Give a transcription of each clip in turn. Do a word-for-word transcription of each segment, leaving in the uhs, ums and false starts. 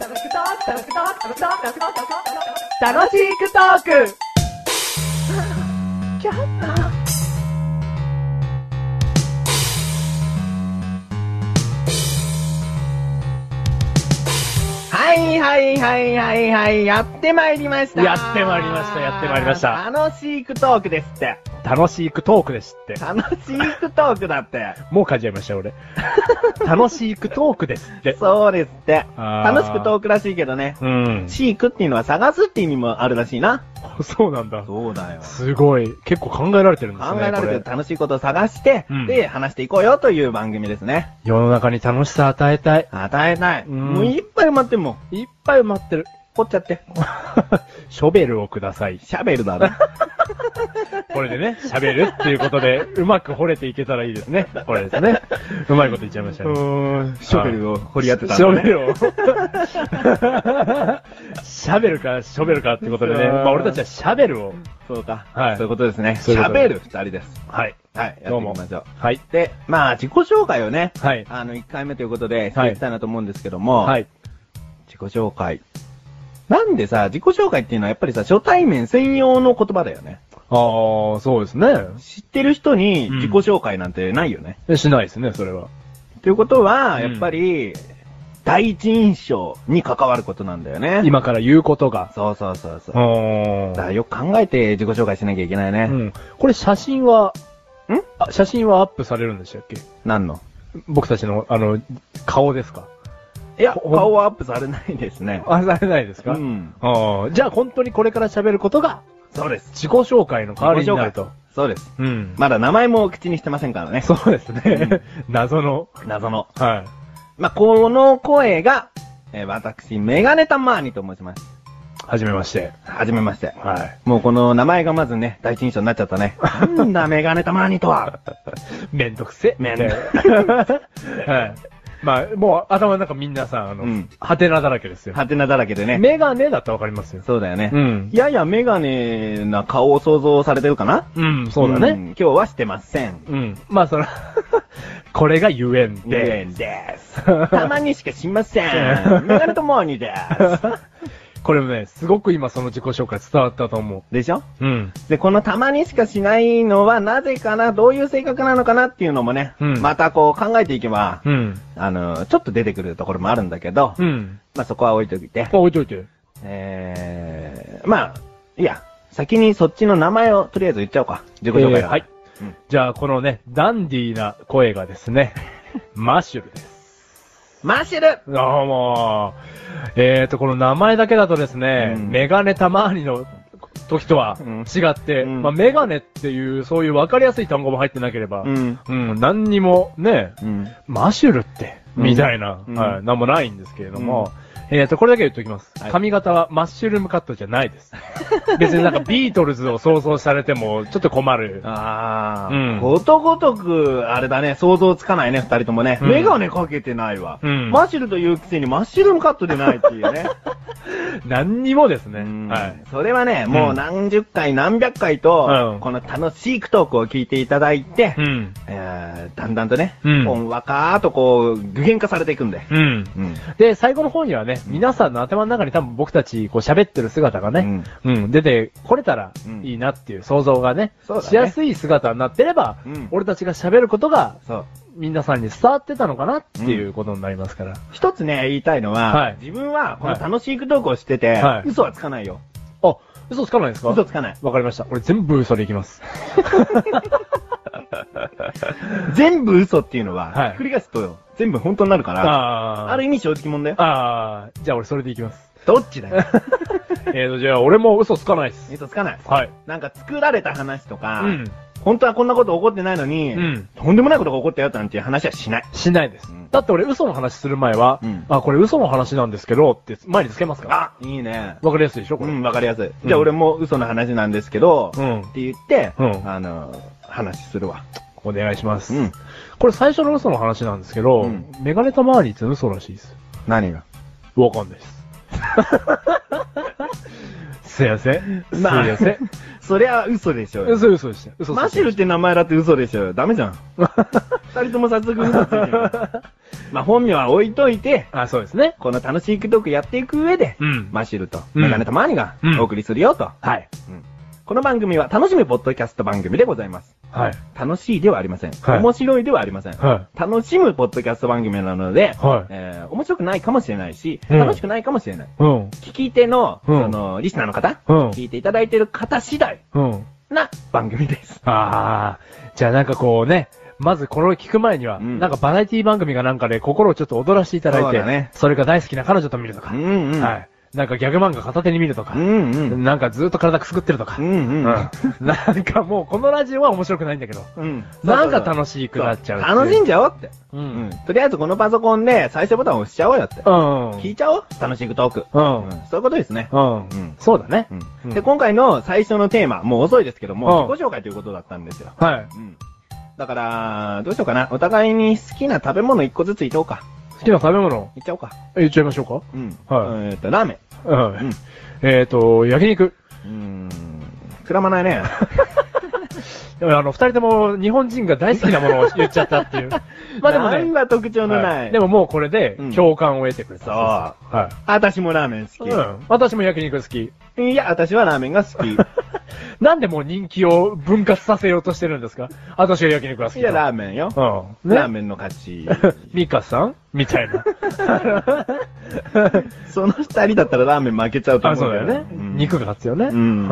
楽しくトークはいはいはいはいはい、やってまいりました。 やってまいりました、やってまいりました。 楽しくトークですって。 楽しくトークですって。 楽しくトークだって。 もう書いちゃいました、俺。楽しくトークですって。 そうですって。楽しくトークらしいけどね。 うん。 シークっていうのは探すって意味もあるらしいな。 そうなんだ。 そうだよ。 すごい。結構考えられてるんですね。 考えられてる。楽しいことを探して、うん、で、話していこうよという番組ですね。 世の中に楽しさ与えたい。 与えたい。 うん、 もういっぱい埋まってんもん。 いっぱい埋まってる。 掘っちゃって。 ショベルをください。 シャベルだね。 これでね、喋るっていうことで、うまく掘れていけたらいいですね。これですね。うまいこと言っちゃいましたね。 うーん、ショベルを掘り当てたんだね。 ショベルを。シャベルか、ショベルかってことでね。まあ俺たちはシャベルを。 そうか。 はい。 そういうことですね。シャベル二人です。 はい。 はい。やっていきましょう。 はい。 で、まあ自己紹介をね。 はい。 あの、一回目ということで、していきたいなと思うんですけども。 はい。 自己紹介。なんでさ、自己紹介っていうのはやっぱりさ、初対面専用の言葉だよね。 ああ、そうですね。 知ってる人に自己紹介なんてないよね。 うん、しないですね、それは。 ということは、やっぱり、うん、第一印象に関わることなんだよね。 今から言うことが。 そうそうそうそう。だからよく考えて自己紹介しなきゃいけないね。 うん。これ写真は、 んあ、写真はアップされるんでしたっけ？ 何の？ 僕たちの、あの、顔ですか？ いや、顔はアップされないですね。 あ、されないですか？ うん。 ああ、じゃあ本当にこれから喋ることが、 そうです。 自己紹介の代わりになると。 そうです。 うん。 まだ名前も口にしてませんからね。 そうですね。うん、謎の。 謎の。 はい。 まあ、この声が、えー、私、メガネタマーニと申します。 はじめまして。 はじめまして。 はい。 もうこの名前がまずね、第一印象になっちゃったね。なんだ、メガネタマーニとは。 めんどくせ。 めんどくせ。はい。まあ、もう頭の中みんなさん、あの、うん、ハテナだらけですよ。 ハテナだらけでね。 メガネだったらわかりますよ。 そうだよね。 うん。 ややメガネな顔を想像されてるかな？ うん、そうだね。うん、 今日はしてません。 うん。まあ、その、これがゆえんで。 ゆえんです。たまにしかしません。メガネとモーニです。 これもね、すごく今その自己紹介伝わったと思う。でしょ？ うん。 で、このたまにしかしないのはなぜかな、どういう性格なのかなっていうのもね、うん、またこう考えていけば、うん、あの、ちょっと出てくるところもあるんだけど、うん、まあそこは置いといて。 あ、置いといて。 えー、まあ、いや、先にそっちの名前をとりあえず言っちゃおうか。自己紹介、 えー、はい、うん。じゃあ、このね、ダンディーな声がですね、マッシュルです。 マッシュルああ、もう、えーと、この名前だけだとですね、うん、メガネたまわりの時とは違って、うん、まあ、メガネっていう、そういう分かりやすい単語も入ってなければ、うん、うん、何にもね、うん、マッシュルって、みたいな、うん、はい、なんもないんですけれども、うん、えーと、これだけ言っておきます。はい、髪型はマッシュルームカットじゃないです。別になんかビートルズを想像されてもちょっと困る。 ああ、うん。ことごとく、あれだね、想像つかないね、二人ともね。うん、メガネかけてないわ。うん、マッシュルというくせにマッシュルームカットでないっていうね。 何にもですね。はい。 それはね、もう何十回何百回と、うん、この楽しいトークを聞いていただいて、うん、えー、だんだんとね、うん、ほんわかーっとこう、具現化されていくんで。うん。うん、 で、最後の方にはね、皆さんの頭の中に多分僕たちこう喋ってる姿がね、うん、うん、出てこれたらいいなっていう想像がね、うん、しやすい姿になってれば、うん、俺たちが喋ることが、そう。皆さんに伝わってたのかなっていうことになりますから。うん、 一つね、言いたいのは、はい、自分はこの楽しいトークをしてて、はい、嘘はつかないよ。 あ、嘘つかないですか？ 嘘つかない。 わかりました。俺全部嘘でいきます。 全部嘘っていうのは、はい、繰り返すと全部本当になるから、あ, ある意味正直者だよ。 ああ、じゃあ俺それでいきます。 どっちだよ。 えーと、じゃあ俺も嘘つかないです。 嘘つかない。 はい。 なんか作られた話とか、うん、本当はこんなこと起こってないのに、うん、とんでもないことが起こったよなんていう話はしない。 しないです。うん、だって俺嘘の話する前は、うん、あ、これ嘘の話なんですけどって前につけますから。 あ、いいね。 わかりやすいでしょこれ。 うん、わかりやすい。じゃあ俺も嘘の話なんですけど、うん、って言って、うん、あの、話するわ。 お願いします。うん。これ最初の嘘の話なんですけど、うん、メガネたまわりって嘘らしいです。 何が？ わかんないです。すいません。すいません。 そりゃ嘘でしょ。 嘘嘘でした。嘘。 マシルって名前だって嘘でしょ。ダメじゃん。二人とも早速嘘ついてる。 まあ本名は置いといて、 あ、そうですね。 この楽しいトークやっていく上で、うん、マシルとメガネたまーにがお送りするよと。うん、はい、うん。この番組は楽しむポッドキャスト番組でございます。はい。楽しいではありません。はい。面白いではありません。はい。楽しむポッドキャスト番組なので、はい。えー、面白くないかもしれないし、うん、楽しくないかもしれない。うん。聞き手の、うん、その、リスナーの方、うん。聞いていただいている方次第、うん。な番組です。 ああ。じゃあなんかこうね、まずこれを聞く前には、うん、なんかバラエティ番組がなんかで心をちょっと踊らせていただいて、そうだね。それが大好きな彼女と見るとか。うんうん。はい。なんかギャグ漫画片手に見るとか、うんうん、なんかずっと体くすぐってるとか、うんうんうん、なんかもうこのラジオは面白くないんだけど、うん、なんか楽しくなっちゃう。 楽しんじゃおうって、うんうん。とりあえずこのパソコンで再生ボタンを押しちゃおうよって。うん、聞いちゃおう楽しくトーク、うんうん。そういうことですね。うんうん、そうだね、 うん。で、今回の最初のテーマ、もう遅いですけども、自己紹介ということだったんですよ。はい。うん、だから、どうしようかな。お互いに好きな食べ物一個ずついこうか。 好きな食べ物いっちゃおうか。 言っちゃいましょうか。うん。 はい。えっと、ラーメン。 はい。うん、えっと、焼肉。うーん。くらまないね。 でもあの、二人とも日本人が大好きなものを言っちゃったっていう。 まあでもね。何は特徴のない。はい、 でももうこれで共感を得てくれた。そう。 はい。私もラーメン好き。うん。 私も焼肉好き。 いや、私はラーメンが好き。 なんでもう人気を分割させようとしてるんですか？私は焼肉が好き。 いや、ラーメンよ。うん。ね、ラーメンの勝ち。 ミカさんみたいな。 その二人だったらラーメン負けちゃうと思う。 あ、そうだよね。うん、肉が勝つよね。うん。うん、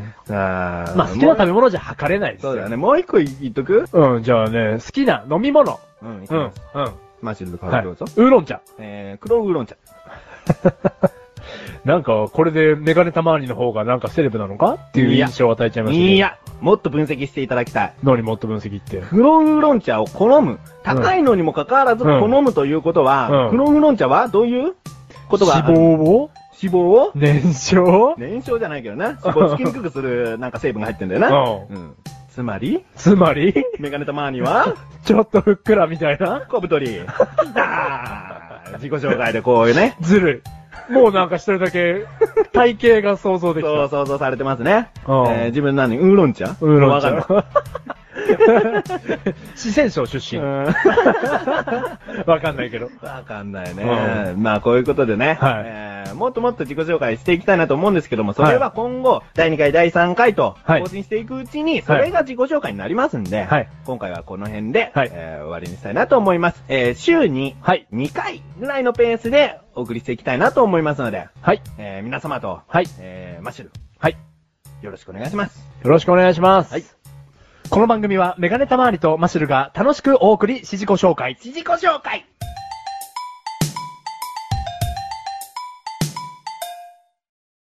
あまあ好きな食べ物じゃ測れないですよ。 そうだね。もう一個言っとく？ うん、じゃあね、好きな飲み物。うん、うん、 うん。マシルとカルどうぞ。 ウーロン茶。 えー、黒ウーロン茶。 なんか、これでメガネたまわりの方がなんかセレブなのかっていう印象を与えちゃいましたね。 いや、もっと分析していただきたい。 何もっと分析って。 黒ウーロン茶を好む。高いのにもかかわらず好むということは、うんうん、黒ウーロン茶はどういうことが脂肪を脂肪を燃焼燃焼じゃないけどな。脂肪をつきにくくするなんか成分が入ってんだよな。うん。つまりつまりメガネたまわりはちょっとふっくらみたいな小太り。あー自己紹介でこういうね。 ずるい。もうなんか一人だけ体型が想像できた。 そう、想像されてますね。えー、自分何ウーロン茶ウーロン茶。わかんない。四川省出身。わかんないけど。 わかんないね。うん、まあこういうことでね、はいえー。もっともっと自己紹介していきたいなと思うんですけども、それは今後、だいにかい、だいさんかいと更新していくうちに、それが自己紹介になりますんで、はい、今回はこの辺で、はいえー、終わりにしたいなと思います。えー、週ににかいぐらいのペースでお送りしていきたいなと思いますので、はいえー、皆様と、はいえー、マッシュル、はい、よろしくお願いします。 よろしくお願いします。はいこの番組はメガネたまわりとマシュルが楽しくお送りし自己紹介。 し自己紹介